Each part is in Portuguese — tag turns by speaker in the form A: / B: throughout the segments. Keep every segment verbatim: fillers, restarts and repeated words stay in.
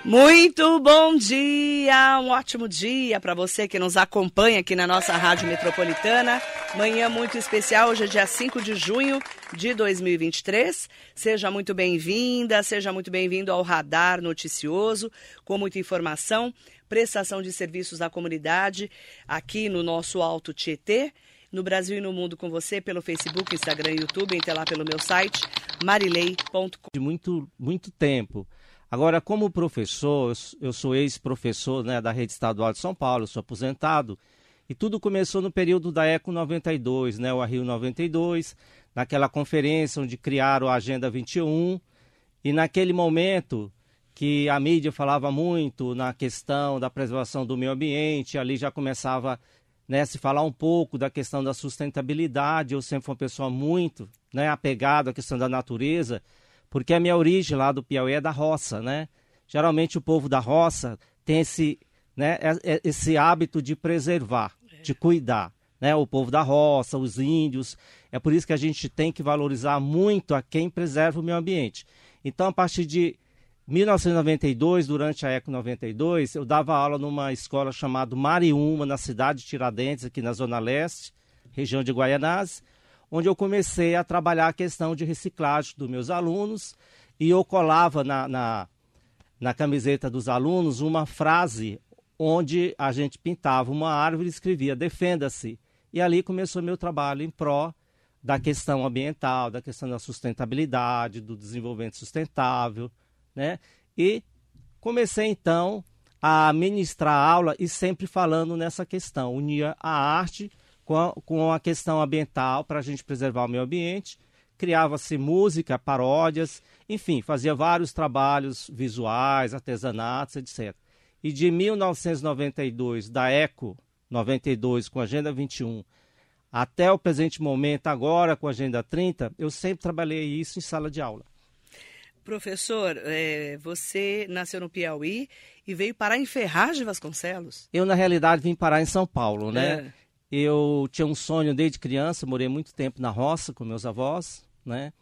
A: Muito bom dia, um ótimo dia para você que nos acompanha aqui na nossa Rádio Metropolitana. Manhã muito especial, hoje é dia cinco de junho de dois mil e vinte e três. Seja muito bem-vinda, seja muito bem-vindo ao Radar Noticioso, com muita informação, prestação de serviços à comunidade aqui no nosso Alto Tietê, no Brasil e no mundo com você pelo Facebook, Instagram e YouTube, entre lá pelo meu site, marilei ponto com.
B: De muito, muito tempo. Agora, como professor, eu sou ex-professor, né, da Rede Estadual de São Paulo, eu sou aposentado, e tudo começou no período da ECO noventa e dois, né, o Rio noventa e dois, naquela conferência onde criaram a Agenda vinte e um, e naquele momento que a mídia falava muito na questão da preservação do meio ambiente, ali já começava, né, a se falar um pouco da questão da sustentabilidade. Eu sempre fui uma pessoa muito, né, apegada à questão da natureza, porque a minha origem lá do Piauí é da roça, né? Geralmente o povo da roça tem esse, né, esse hábito de preservar, de cuidar, né? O povo da roça, os índios. É por isso que a gente tem que valorizar muito a quem preserva o meio ambiente. Então, a partir de mil novecentos e noventa e dois, durante a ECO noventa e dois, eu dava aula numa escola chamada Mariúma, na cidade de Tiradentes, aqui na Zona Leste, região de Guaianazes, onde eu comecei a trabalhar a questão de reciclagem dos meus alunos, e eu colava na, na, na camiseta dos alunos uma frase onde a gente pintava uma árvore e escrevia "defenda-se". E ali começou meu trabalho em pró da questão ambiental, da questão da sustentabilidade, do desenvolvimento sustentável, né? E comecei então a ministrar aula e sempre falando nessa questão, unia a arte com a, com a questão ambiental para a gente preservar o meio ambiente. Criava-se música, paródias, enfim, fazia vários trabalhos visuais, artesanatos, etcétera. E de mil novecentos e noventa e dois, da ECO noventa e dois com a Agenda vinte e um, até o presente momento, agora com a Agenda trinta, eu sempre trabalhei isso em sala de aula.
A: Professor, é, você nasceu no Piauí e veio parar em Ferraz de Vasconcelos?
B: Eu, na realidade, vim parar em São Paulo, né?
A: É.
B: Eu tinha um sonho desde criança, morei muito tempo na roça com meus avós, né?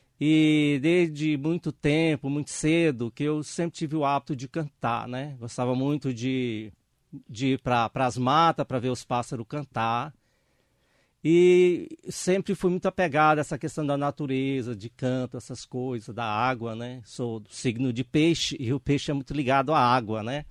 B: E desde muito tempo, muito cedo, que eu sempre tive o hábito de cantar, né? Gostava muito de, de ir para as matas para ver os pássaros cantar. E sempre fui muito apegado a essa questão da natureza, de canto, essas coisas, da água, né? Sou do signo de peixe e o peixe é muito ligado à água, né?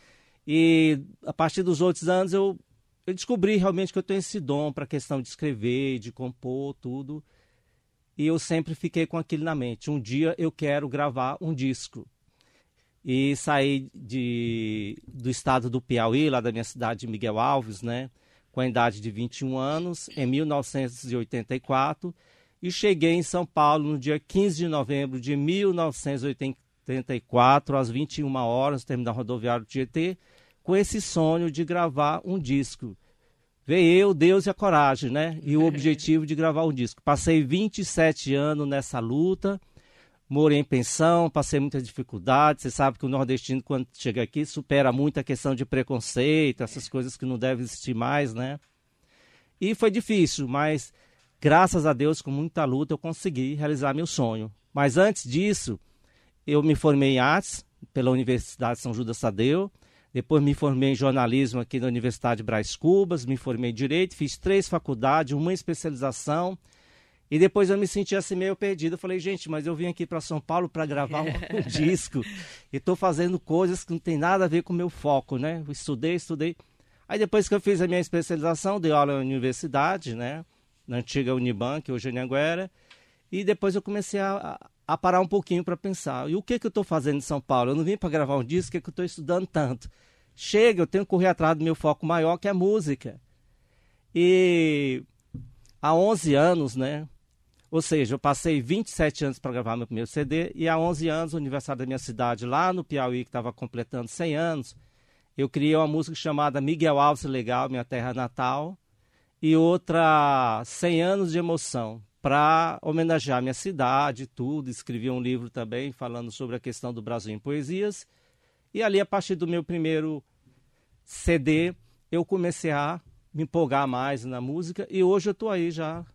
B: E a partir dos outros anos eu, eu descobri realmente que eu tenho esse dom para a questão de escrever, de compor, tudo. E eu sempre fiquei com aquilo na mente. Um dia eu quero gravar um disco. E saí de, do estado do Piauí, lá da minha cidade de Miguel Alves, né? Com a idade de vinte e um anos, em mil novecentos e oitenta e quatro, e cheguei em São Paulo no dia quinze de novembro de mil novecentos e oitenta e quatro, às vinte e uma horas, no terminal rodoviário do Tietê, com esse sonho de gravar um disco. Veio eu, Deus e a coragem, né? E o objetivo de gravar um disco. Passei vinte e sete anos nessa luta, morei em pensão, passei muitas dificuldades. Você sabe que o nordestino, quando chega aqui, supera muito a questão de preconceito, essas coisas que não devem existir mais, né? E foi difícil, mas graças a Deus, com muita luta, eu consegui realizar meu sonho. Mas antes disso, eu me formei em artes pela Universidade São Judas Tadeu. Depois me formei em jornalismo aqui na Universidade Brás Cubas, me formei em Direito, fiz três faculdades, uma especialização. E depois eu me senti assim meio perdido. Eu falei, gente, mas eu vim aqui para São Paulo para gravar um, um disco. E estou fazendo coisas que não tem nada a ver com o meu foco, né? Eu estudei, estudei. Aí depois que eu fiz a minha especialização, dei aula na universidade, né? Na antiga Unibanc, hoje é Anhanguera. E depois eu comecei a, a parar um pouquinho para pensar. E o que, que eu estou fazendo em São Paulo? Eu não vim para gravar um disco, o que, que eu estou estudando tanto? Chega, eu tenho que correr atrás do meu foco maior, que é a música. E há onze anos, né? Ou seja, eu passei vinte e sete anos para gravar meu primeiro C D, e há onze anos, o aniversário da minha cidade, lá no Piauí, que estava completando cem anos, eu criei uma música chamada Miguel Alves Legal, Minha Terra Natal, e outra cem anos de Emoção, para homenagear minha cidade, tudo. Escrevi um livro também falando sobre a questão do Brasil em poesias, e ali, a partir do meu primeiro C D, eu comecei a me empolgar mais na música, e hoje eu estou aí já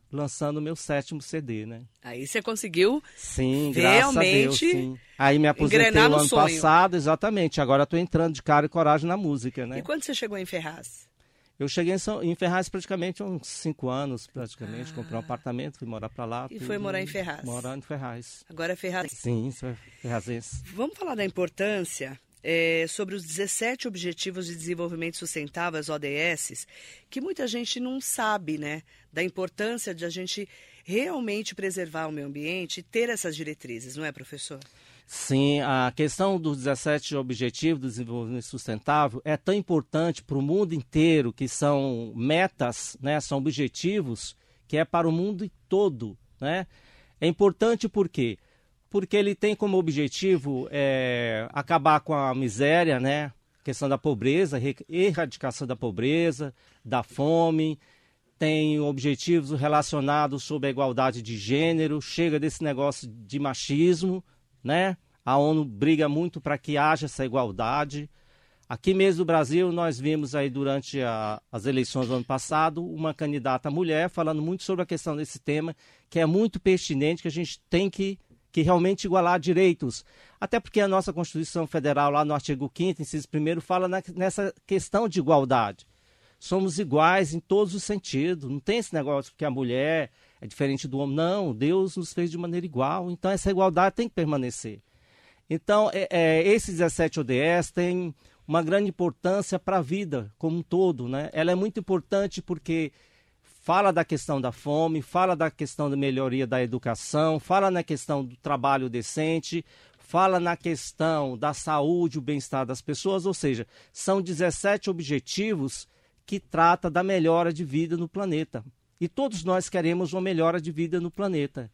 B: lançando o meu sétimo C D, né?
A: Aí você conseguiu
B: sim,
A: realmente
B: graças a Deus, sim. Aí me aposentei no, no ano sonho. passado, exatamente. Agora estou entrando de cara e coragem na música, né?
A: E quando você chegou em Ferraz?
B: Eu cheguei em, São, em Ferraz praticamente há uns cinco anos, praticamente. Ah. Comprei um apartamento, fui morar para lá.
A: E foi morar em Ferraz?
B: Morar em Ferraz.
A: Agora é Ferraz?
B: Sim, sou ferrazense.
A: Vamos falar da importância é, sobre os dezessete Objetivos de Desenvolvimento Sustentável, as O D S, que muita gente não sabe, né? Da importância de a gente realmente preservar o meio ambiente e ter essas diretrizes, não é, professor?
B: Sim, a questão dos dezessete Objetivos do Desenvolvimento Sustentável é tão importante para o mundo inteiro, que são metas, né, são objetivos, que é para o mundo todo, né? É importante por quê? Porque ele tem como objetivo é, acabar com a miséria, né? Questão da pobreza, erradicação da pobreza, da fome, tem objetivos relacionados sobre a igualdade de gênero, chega desse negócio de machismo, né? A ONU briga muito para que haja essa igualdade. Aqui mesmo no Brasil, nós vimos aí durante a, as eleições do ano passado, uma candidata mulher falando muito sobre a questão desse tema, que é muito pertinente, que a gente tem que, que realmente igualar direitos. Até porque a nossa Constituição Federal, lá no artigo quinto, inciso primeiro, fala na, nessa questão de igualdade. Somos iguais em todos os sentidos, não tem esse negócio que a mulher é diferente do homem. Não, Deus nos fez de maneira igual, então essa igualdade tem que permanecer. Então, é, é, esses dezessete O D S têm uma grande importância para a vida como um todo, né? Ela é muito importante porque fala da questão da fome, fala da questão da melhoria da educação, fala na questão do trabalho decente, fala na questão da saúde, o bem-estar das pessoas, ou seja, são dezessete objetivos que tratam da melhora de vida no planeta. E todos nós queremos uma melhora de vida no planeta.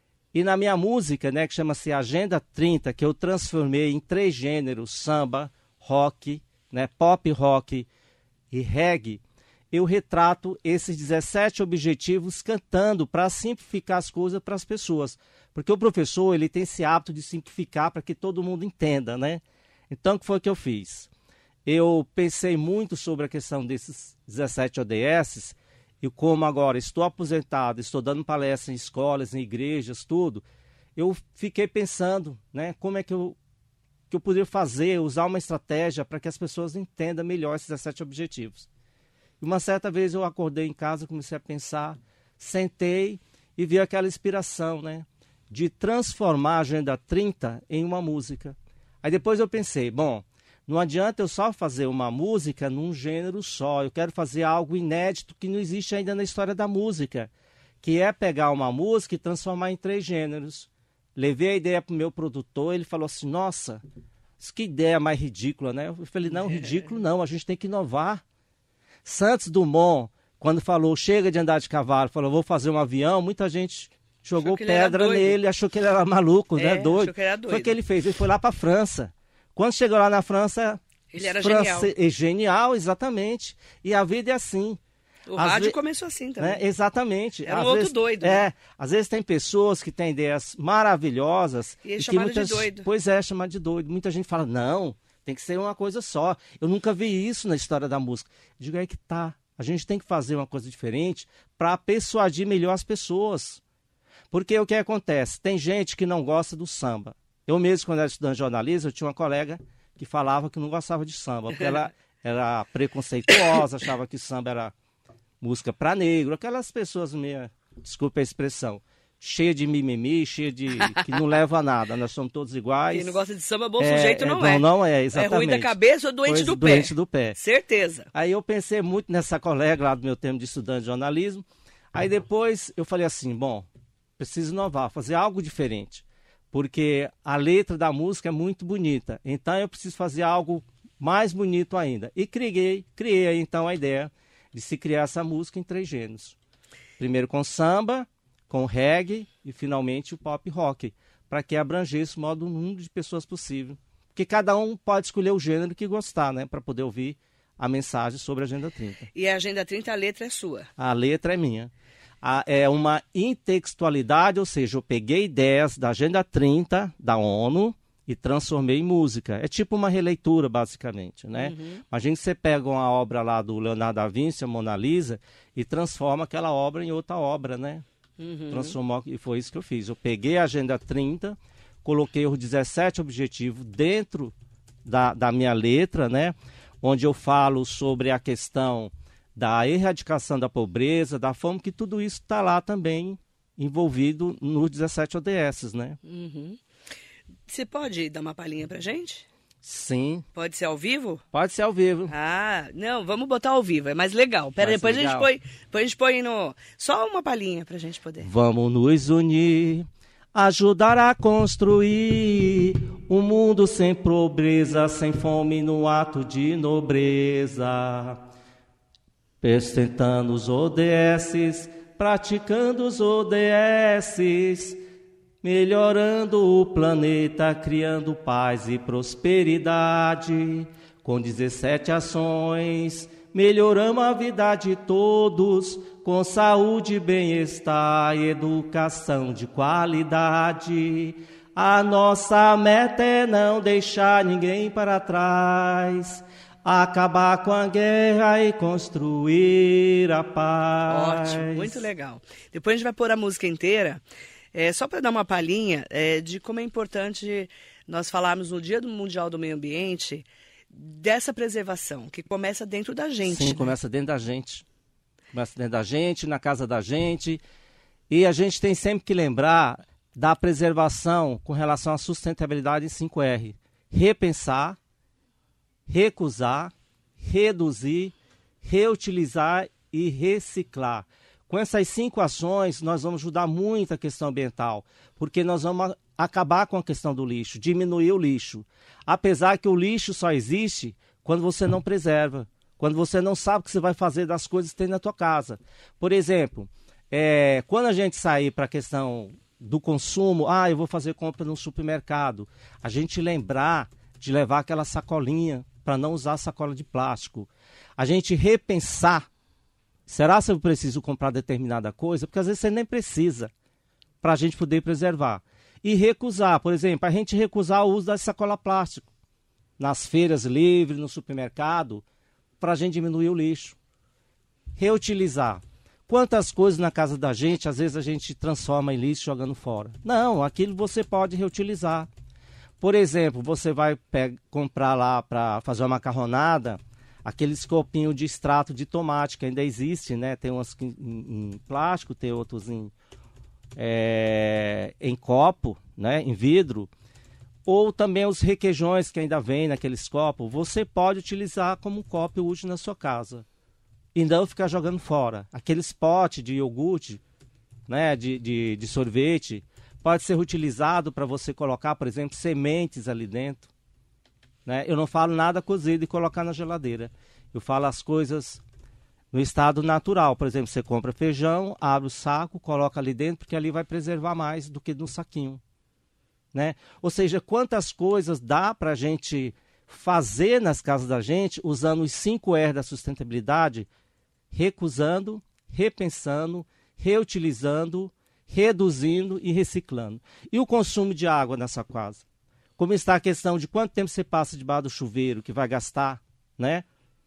B: E na minha música, né, que chama-se Agenda trinta, que eu transformei em três gêneros, samba, rock, né, pop rock e reggae, eu retrato esses dezessete objetivos cantando para simplificar as coisas para as pessoas. Porque o professor, ele tem esse hábito de simplificar para que todo mundo entenda, né? Então, o que foi que eu fiz? Eu pensei muito sobre a questão desses dezessete O D S, e como agora estou aposentado, estou dando palestra em escolas, em igrejas, tudo, eu fiquei pensando, né, como é que eu, que eu poderia fazer, usar uma estratégia para que as pessoas entendam melhor esses dezessete objetivos. E uma certa vez eu acordei em casa, comecei a pensar, sentei e vi aquela inspiração, né, de transformar a Agenda trinta em uma música. Aí depois eu pensei, bom, não adianta eu só fazer uma música num gênero só. Eu quero fazer algo inédito que não existe ainda na história da música, que é pegar uma música e transformar em três gêneros. Levei a ideia para o meu produtor, ele falou assim, nossa, que ideia mais ridícula, né? Eu falei, não, ridículo não, a gente tem que inovar. Santos Dumont, quando falou, chega de andar de cavalo, falou, vou fazer um avião, muita gente jogou pedra nele, achou que ele era maluco, é, né? Doido. Achou que ele era doido. Foi o que ele fez, ele foi lá para a França. Quando chegou lá na França...
A: Ele era
B: France...
A: genial.
B: É genial, exatamente. E a vida é assim.
A: O às rádio ve... começou assim também.
B: Né? Exatamente.
A: Era um
B: às
A: outro
B: vezes...
A: doido.
B: É,
A: né?
B: às vezes tem pessoas que têm ideias maravilhosas.
A: E eles
B: e
A: chamaram
B: muitas...
A: de doido.
B: Pois é, chamado de doido. Muita gente fala, não, tem que ser uma coisa só. Eu nunca vi isso na história da música. Eu digo, é que tá. A gente tem que fazer uma coisa diferente para persuadir melhor as pessoas. Porque o que acontece? Tem gente que não gosta do samba. Eu mesmo, quando era estudante de jornalismo, eu tinha uma colega que falava que não gostava de samba, porque ela era preconceituosa, achava que samba era música para negro, aquelas pessoas meio, desculpa a expressão, cheia de mimimi, cheia de que não leva a nada, nós somos todos iguais.
A: Quem não gosta de samba, bom
B: é,
A: sujeito não
B: é.
A: é.
B: Não, não é, exatamente.
A: É ruim da cabeça ou doente
B: pois,
A: do
B: doente
A: pé.
B: do pé.
A: Certeza.
B: Aí eu pensei muito nessa colega lá do meu tempo de estudante de jornalismo, aí depois eu falei assim, bom, preciso inovar, fazer algo diferente. Porque a letra da música é muito bonita, então eu preciso fazer algo mais bonito ainda. E criei, criei então a ideia de se criar essa música em três gêneros. Primeiro com samba, com reggae e finalmente o pop rock, para que abrangesse o maior número de pessoas possível. Porque cada um pode escolher o gênero que gostar, né, para poder ouvir a mensagem sobre a Agenda trinta.
A: E a Agenda trinta, a letra é sua?
B: A letra é minha. É uma intertextualidade, ou seja, eu peguei ideias da Agenda trinta da ONU, e transformei em música. É tipo uma releitura, basicamente, né? Uhum. Imagina que você pega uma obra lá do Leonardo da Vinci, a Mona Lisa, e transforma aquela obra em outra obra, né? Uhum. Transformou, e foi isso que eu fiz. Eu peguei a Agenda trinta, coloquei os dezessete objetivos dentro da, da minha letra, né? Onde eu falo sobre a questão da erradicação da pobreza, da fome, que tudo isso está lá também envolvido nos dezessete O D S, né?
A: Uhum. Você pode dar uma palhinha pra gente?
B: Sim.
A: Pode ser ao vivo?
B: Pode ser ao vivo.
A: Ah, não, vamos botar ao vivo, é mais legal. Pera, depois legal. a gente põe, depois a gente põe no... Só uma palhinha pra gente poder.
B: Vamos nos unir, ajudar a construir um mundo sem pobreza, sem fome no ato de nobreza. Sustentando os O D S, praticando os O D S, melhorando o planeta, criando paz e prosperidade. Com dezessete ações, melhoramos a vida de todos, com saúde, bem-estar e educação de qualidade. A nossa meta é não deixar ninguém para trás, acabar com a guerra e construir a paz.
A: Ótimo, muito legal. Depois a gente vai pôr a música inteira, é, só para dar uma palhinha é, de como é importante nós falarmos no Dia do Mundial do Meio Ambiente dessa preservação, que começa dentro da gente.
B: Sim,
A: né?
B: começa dentro da gente. Começa dentro da gente, na casa da gente. E a gente tem sempre que lembrar da preservação com relação à sustentabilidade em cinco R. Repensar, recusar, reduzir, reutilizar e reciclar. Com essas cinco ações, nós vamos ajudar muito a questão ambiental, porque nós vamos acabar com a questão do lixo, diminuir o lixo. Apesar que o lixo só existe quando você não preserva, quando você não sabe o que você vai fazer das coisas que tem na tua casa. Por exemplo, é, quando a gente sair para a questão do consumo, ah, eu vou fazer compra no supermercado, a gente lembrar de levar aquela sacolinha para não usar sacola de plástico. A gente repensar, será que eu preciso comprar determinada coisa? Porque às vezes você nem precisa, para a gente poder preservar. E recusar, por exemplo, a gente recusar o uso da sacola plástico nas feiras livres, no supermercado, para a gente diminuir o lixo. Reutilizar. Quantas coisas na casa da gente, às vezes a gente transforma em lixo jogando fora. Não, aquilo você pode reutilizar. Por exemplo, você vai pegar, comprar lá para fazer uma macarronada, aqueles copinhos de extrato de tomate, que ainda existe, né? Tem uns em, em plástico, tem outros em, é, em copo, né? Em vidro. Ou também os requeijões que ainda vêm naqueles copos, você pode utilizar como um copo útil na sua casa. E não ficar jogando fora. Aqueles potes de iogurte, né? de, de, de sorvete, pode ser utilizado para você colocar, por exemplo, sementes ali dentro. Né? Eu não falo nada cozido e colocar na geladeira. Eu falo as coisas no estado natural. Por exemplo, você compra feijão, abre o saco, coloca ali dentro, porque ali vai preservar mais do que no saquinho. Né? Ou seja, quantas coisas dá para a gente fazer nas casas da gente, usando os cinco R da sustentabilidade, recusando, repensando, reutilizando, reduzindo e reciclando. E o consumo de água nessa casa? Como está a questão de quanto tempo você passa debaixo do chuveiro, que vai gastar, né?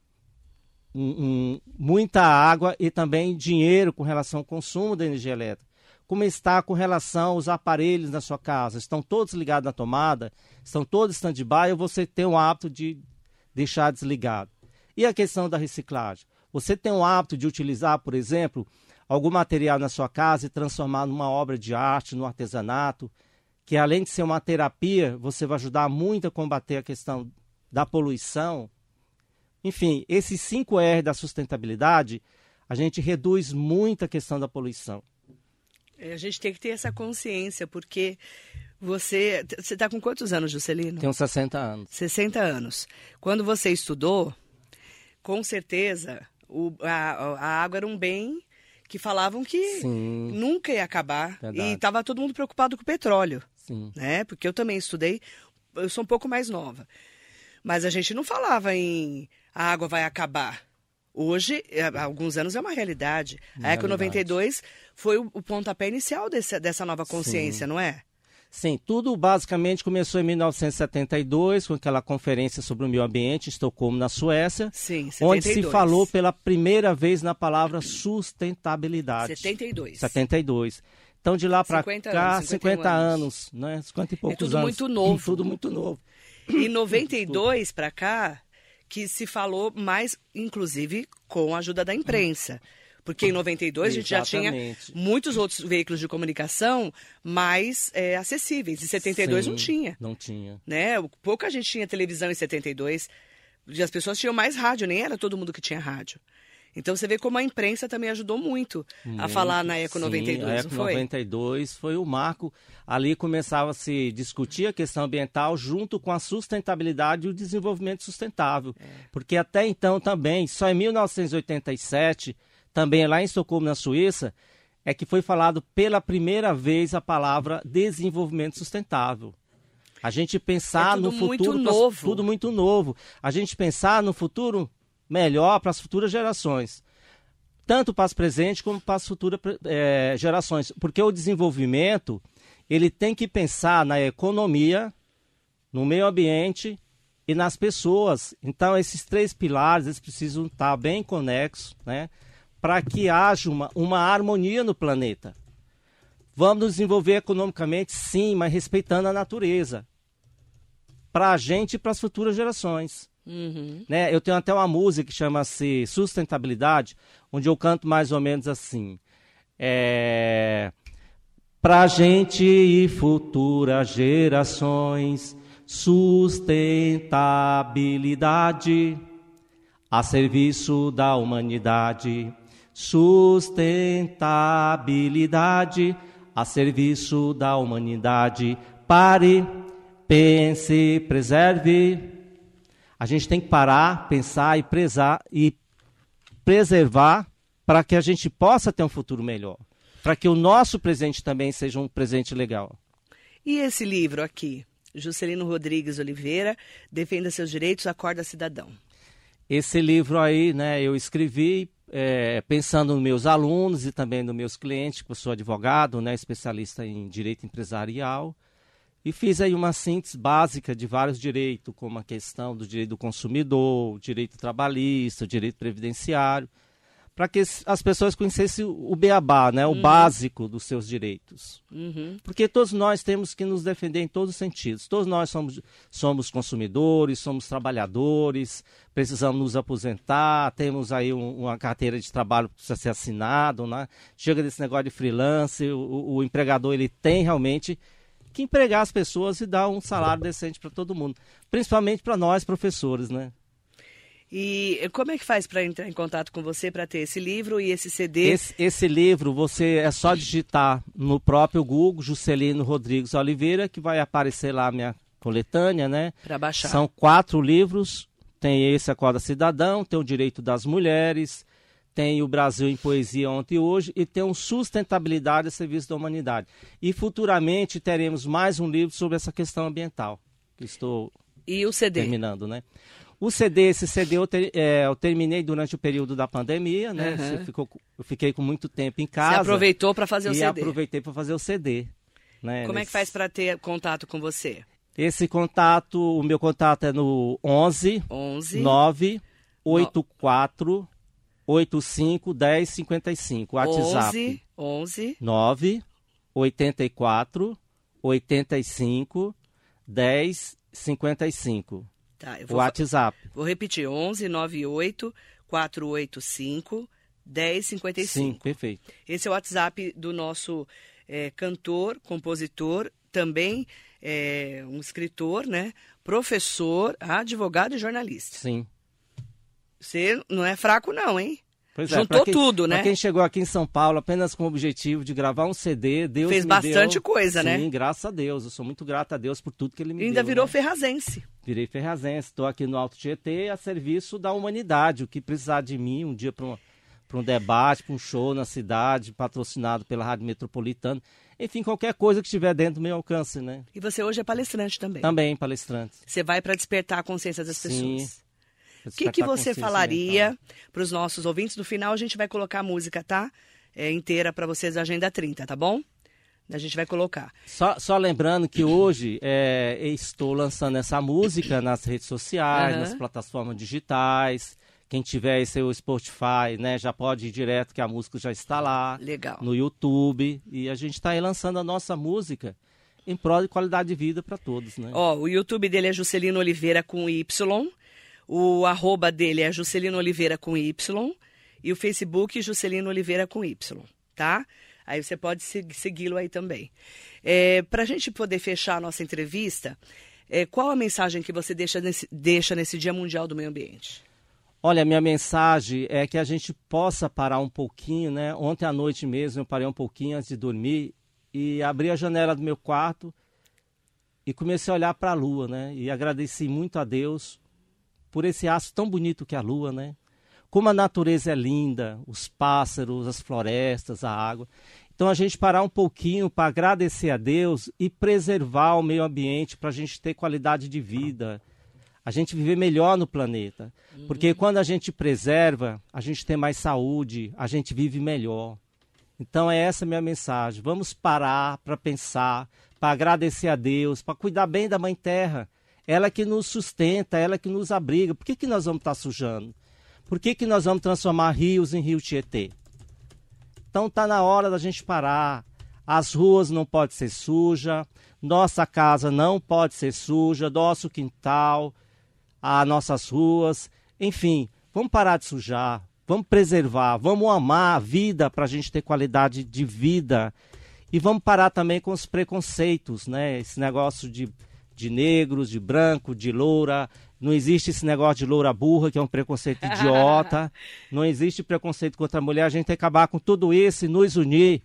B: Um, um, muita água e também dinheiro com relação ao consumo da energia elétrica. Como está com relação aos aparelhos na sua casa? Estão todos ligados na tomada? Estão todos stand-by ou você tem o hábito de deixar desligado? E a questão da reciclagem? Você tem o hábito de utilizar, por exemplo, algum material na sua casa e transformar numa obra de arte, no artesanato, que além de ser uma terapia, você vai ajudar muito a combater a questão da poluição. Enfim, esses cinco R da sustentabilidade, a gente reduz muito a questão da poluição.
A: A gente tem que ter essa consciência, porque você... Você está com quantos anos, Juscelino?
B: Tenho sessenta anos.
A: sessenta anos. Quando você estudou, com certeza, o, a, a água era um bem que falavam que Sim. nunca ia acabar. Verdade. E estava todo mundo preocupado com o petróleo. Sim. Né? Porque eu também estudei, eu sou um pouco mais nova. Mas a gente não falava em a água vai acabar. Hoje, há alguns anos, é uma realidade. Uma a Eco realidade. noventa e dois foi o, o pontapé inicial desse, dessa nova consciência, Sim. não é?
B: Sim, tudo basicamente começou em mil novecentos e setenta e dois, com aquela conferência sobre o meio ambiente em Estocolmo, na Suécia.
A: Sim, setenta e dois.
B: Onde se falou pela primeira vez na palavra sustentabilidade.
A: setenta e dois.
B: setenta e dois. Então, de lá para cá,
A: anos,
B: cinquenta anos, né? cinquenta e poucos
A: anos. É tudo
B: anos.
A: muito novo.
B: Tudo muito novo.
A: E noventa e dois para cá, que se falou mais, inclusive, com a ajuda da imprensa. Porque em noventa e dois Exatamente. A gente já tinha muitos outros veículos de comunicação mais é, acessíveis. Em setenta e dois Sim, não tinha.
B: Não tinha.
A: Né? Pouca gente tinha televisão em setenta e dois. E as pessoas tinham mais rádio, nem era todo mundo que tinha rádio. Então você vê como a imprensa também ajudou muito, muito a falar na Eco
B: sim,
A: noventa e dois,
B: a Eco
A: não foi?
B: noventa e dois foi o marco. Ali começava a se discutir a questão ambiental junto com a sustentabilidade e o desenvolvimento sustentável. É. Porque até então também, só em mil novecentos e oitenta e sete... também lá em Estocolmo, na Suíça, é que foi falado pela primeira vez a palavra desenvolvimento sustentável. A gente pensar
A: é
B: no futuro...
A: Muito novo.
B: Tudo muito novo. A gente pensar no futuro melhor para as futuras gerações. Tanto para as presentes como para as futuras é, gerações. Porque o desenvolvimento, ele tem que pensar na economia, no meio ambiente e nas pessoas. Então, esses três pilares, eles precisam estar bem conexos, né? Para que haja uma, uma harmonia no planeta. Vamos nos desenvolver economicamente, sim, mas respeitando a natureza. Para a gente e para as futuras gerações.
A: Uhum.
B: Né? Eu tenho até uma música que chama-se Sustentabilidade, onde eu canto mais ou menos assim. É... Para a gente e futuras gerações, sustentabilidade a serviço da humanidade. Sustentabilidade a serviço da humanidade. Pare, pense, preserve. A gente tem que parar, pensar e, prezar, e preservar para que a gente possa ter um futuro melhor. Para que o nosso presente também seja um presente legal.
A: E esse livro aqui, Juscelino Rodrigues Oliveira, Defenda Seus Direitos, Acorda Cidadão.
B: Esse livro aí, né, eu escrevi é, pensando nos meus alunos e também nos meus clientes, que eu sou advogado, né, especialista em direito empresarial, e fiz aí uma síntese básica de vários direitos, como a questão do direito do consumidor, o direito trabalhista, o direito previdenciário, para que as pessoas conhecessem o beabá, né, o uhum. básico dos seus direitos.
A: Uhum.
B: Porque todos nós temos que nos defender em todos os sentidos. Todos nós somos, somos consumidores, somos trabalhadores, precisamos nos aposentar, temos aí um, uma carteira de trabalho que precisa ser assinado, né? Chega desse negócio de freelance, o, o empregador ele tem realmente que empregar as pessoas e dar um salário decente para todo mundo. Principalmente para nós, professores, né?
A: E como é que faz para entrar em contato com você para ter esse livro e esse C D?
B: Esse, esse livro, você é só digitar no próprio Google, Juscelino Rodrigues Oliveira, que vai aparecer lá a minha coletânea, né?
A: Para baixar.
B: São quatro livros, tem esse Acorda Cidadão, tem o Direito das Mulheres, tem o Brasil em Poesia Ontem e Hoje e tem o Sustentabilidade a Serviço da Humanidade. E futuramente teremos mais um livro sobre essa questão ambiental, que estou
A: e o C D?
B: Terminando, né? O C D, esse C D eu, ter, é, eu terminei durante o período da pandemia, né?
A: Uhum.
B: Ficou, eu fiquei com muito tempo em casa.
A: Você aproveitou para fazer o
B: e
A: C D?
B: E aproveitei para fazer o C D. Né?
A: Como
B: Nesse...
A: é que faz para ter contato com você?
B: Esse contato, o meu contato é no onze, nove oito quatro oito cinco um zero cinco cinco, WhatsApp.
A: onze
B: nove oito quatro oito cinco um zero cinco cinco.
A: Tá, eu vou,
B: WhatsApp.
A: Vou repetir, onze nove oito quatro oito cinco um zero cinco cinco.
B: Sim, perfeito.
A: Esse é o WhatsApp do nosso é, cantor, compositor, também é, um escritor, né? Professor, advogado e jornalista.
B: Sim.
A: Você não é fraco não, hein?
B: Pois
A: Juntou
B: é, quem,
A: tudo, né?
B: Pra quem chegou aqui em São Paulo apenas com o objetivo de gravar um C D, Deus
A: Fez
B: me
A: bastante
B: deu...
A: coisa,
B: Sim,
A: né?
B: Sim, graças a Deus. Eu sou muito grato a Deus por tudo que Ele me
A: e
B: deu.
A: ainda virou
B: né?
A: ferrazense.
B: Virei ferrazense. Estou aqui no Alto Tietê a serviço da humanidade. O que precisar de mim um dia para um, para um debate, para um show na cidade, patrocinado pela Rádio Metropolitana. Enfim, qualquer coisa que estiver dentro do meu alcance, né?
A: E você hoje é palestrante também?
B: Também, palestrante.
A: Você vai para despertar a consciência das
B: Sim.
A: pessoas. O que, que você falaria para os nossos ouvintes? No final a gente vai colocar a música, tá? É, inteira para vocês da Agenda trinta, tá bom? A gente vai colocar.
B: Só, só lembrando que hoje é, estou lançando essa música nas redes sociais, uhum. nas plataformas digitais. Quem tiver esse o Spotify, né, já pode ir direto que a música já está lá.
A: Legal.
B: No YouTube. E a gente está aí lançando a nossa música em prol de qualidade de vida para todos, né?
A: Ó, o YouTube dele é Juscelino Oliveira com Y. O arroba dele é Juscelino Oliveira com Y. E o Facebook Juscelino Oliveira com Y, tá? Aí você pode segui-lo aí também. É, para a gente poder fechar a nossa entrevista, é, qual a mensagem que você deixa nesse, deixa nesse Dia Mundial do Meio Ambiente?
B: Olha, a minha mensagem é que a gente possa parar um pouquinho, né? Ontem à noite mesmo eu parei um pouquinho antes de dormir e abri a janela do meu quarto e comecei a olhar para a lua, né? E agradeci muito a Deus por esse astro tão bonito que é a lua, né? Como a natureza é linda, os pássaros, as florestas, a água. Então a gente parar um pouquinho para agradecer a Deus e preservar o meio ambiente para a gente ter qualidade de vida, a gente viver melhor no planeta. Uhum. Porque quando a gente preserva, a gente tem mais saúde, a gente vive melhor. Então é essa a minha mensagem. Vamos parar para pensar, para agradecer a Deus, para cuidar bem da Mãe Terra. Ela que nos sustenta, ela que nos abriga. Por que que nós vamos estar sujando? Por que que nós vamos transformar rios em rio Tietê? Então está na hora da gente parar. As ruas não podem ser sujas, nossa casa não pode ser suja, nosso quintal, as nossas ruas. Enfim, vamos parar de sujar, vamos preservar, vamos amar a vida para a gente ter qualidade de vida. E vamos parar também com os preconceitos, né? Esse negócio de, de negros, de branco, de loura. Não existe esse negócio de loura burra, que é um preconceito idiota. Não existe preconceito contra a mulher. A gente tem que acabar com tudo isso e nos unir.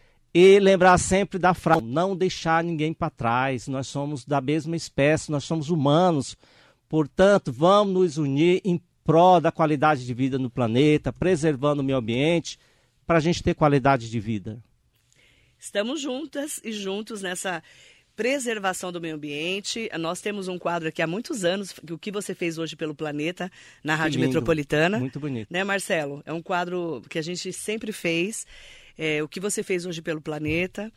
B: E lembrar sempre da frase, não deixar ninguém para trás. Nós somos da mesma espécie, nós somos humanos. Portanto, vamos nos unir em prol da qualidade de vida no planeta, preservando o meio ambiente, para a gente ter qualidade de vida.
A: Estamos juntas e juntos nessa preservação do meio ambiente. Nós temos um quadro aqui há muitos anos, o que você fez hoje pelo planeta, na Rádio Metropolitana.
B: Muito bonito.
A: Né, Marcelo? É um quadro que a gente sempre fez. É, o que você fez hoje pelo planeta.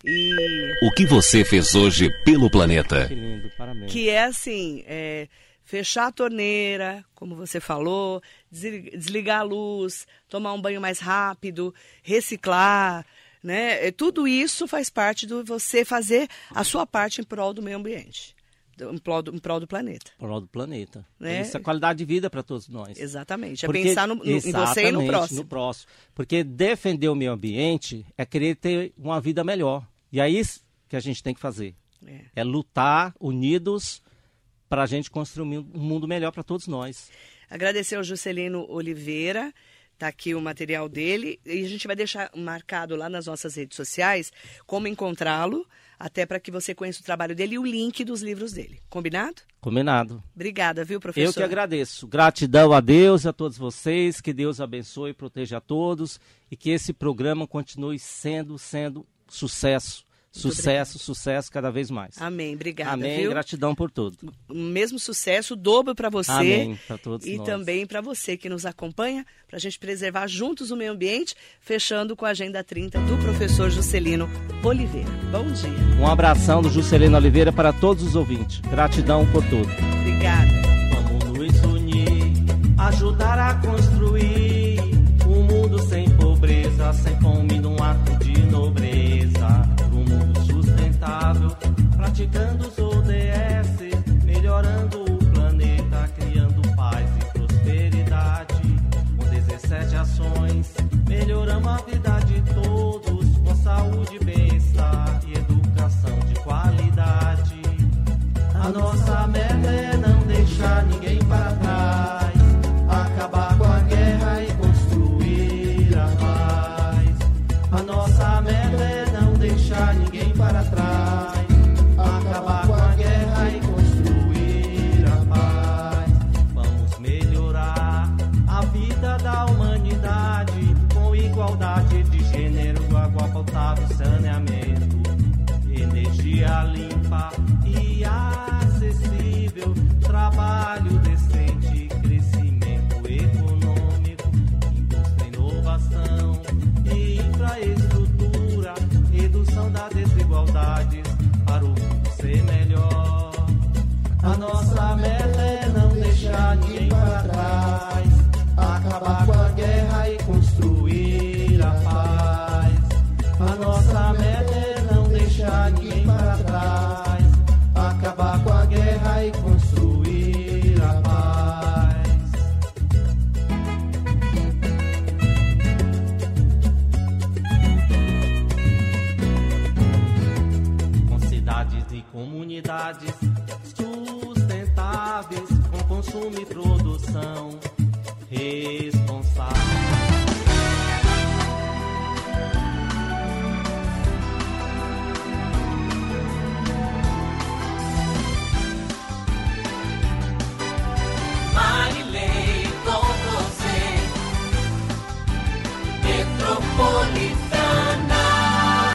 A: E...
C: O que você fez hoje pelo planeta.
B: Que lindo, parabéns.
A: Que é assim, é, fechar a torneira, como você falou, desligar a luz, tomar um banho mais rápido, reciclar... Né? Tudo isso faz parte de você fazer a sua parte em prol do meio ambiente, em prol do, em prol do planeta.
B: Em prol do planeta.
A: Né?
B: Isso é qualidade de vida para todos nós.
A: Exatamente. É
B: Porque,
A: pensar no, no, em você e no próximo.
B: no próximo. Porque defender o meio ambiente é querer ter uma vida melhor. E é isso que a gente tem que fazer. É, é lutar unidos para a gente construir um mundo melhor para todos nós.
A: Agradecer ao Juscelino Oliveira. Está aqui o material dele e a gente vai deixar marcado lá nas nossas redes sociais como encontrá-lo, até para que você conheça o trabalho dele e o link dos livros dele. Combinado?
B: Combinado.
A: Obrigada, viu, professor?
B: Eu que agradeço. Gratidão a Deus e a todos vocês, que Deus abençoe e proteja a todos e que esse programa continue sendo, sendo sucesso. Muito sucesso, obrigado. Sucesso cada vez mais.
A: Amém, obrigada.
B: Amém,
A: viu?
B: Gratidão por tudo.
A: O mesmo sucesso, dobro para você.
B: Amém, para todos
A: e
B: nós.
A: também para você que nos acompanha, para a gente preservar juntos o meio ambiente, fechando com a Agenda trinta do professor Juscelino Oliveira. Bom dia.
B: Um abração do Juscelino Oliveira para todos os ouvintes. Gratidão por tudo.
A: Obrigada.
B: Vamos nos unir, ajudar a construir um mundo sem pobreza, sem fome, num ato de nobreza. Praticando os O D S, melhorando o planeta, criando paz e prosperidade. Com dezessete ações, melhoramos a vida de todos, com saúde, bem-estar e educação de qualidade. A nossa meta é não deixar ninguém para trás, acabar com a guerra e construir a paz. A nossa meta é não deixar ninguém para trás, acabar com a guerra e construir a paz. Vamos melhorar a vida da humanidade, com igualdade de gênero, água potável, saneamento, energia limpa e acessível, trabalho decente, crescimento econômico, indústria, inovação e infraestrutura, redução da desigualdades para o mundo ser melhor. A nossa meta é não deixar ninguém para trás, acabar com a guerra e construir a paz. A nossa meta é não deixar ninguém para trás, acabar com a guerra e construir a paz. Com cidades e comunidades sustentáveis, com consumo e produção responsável.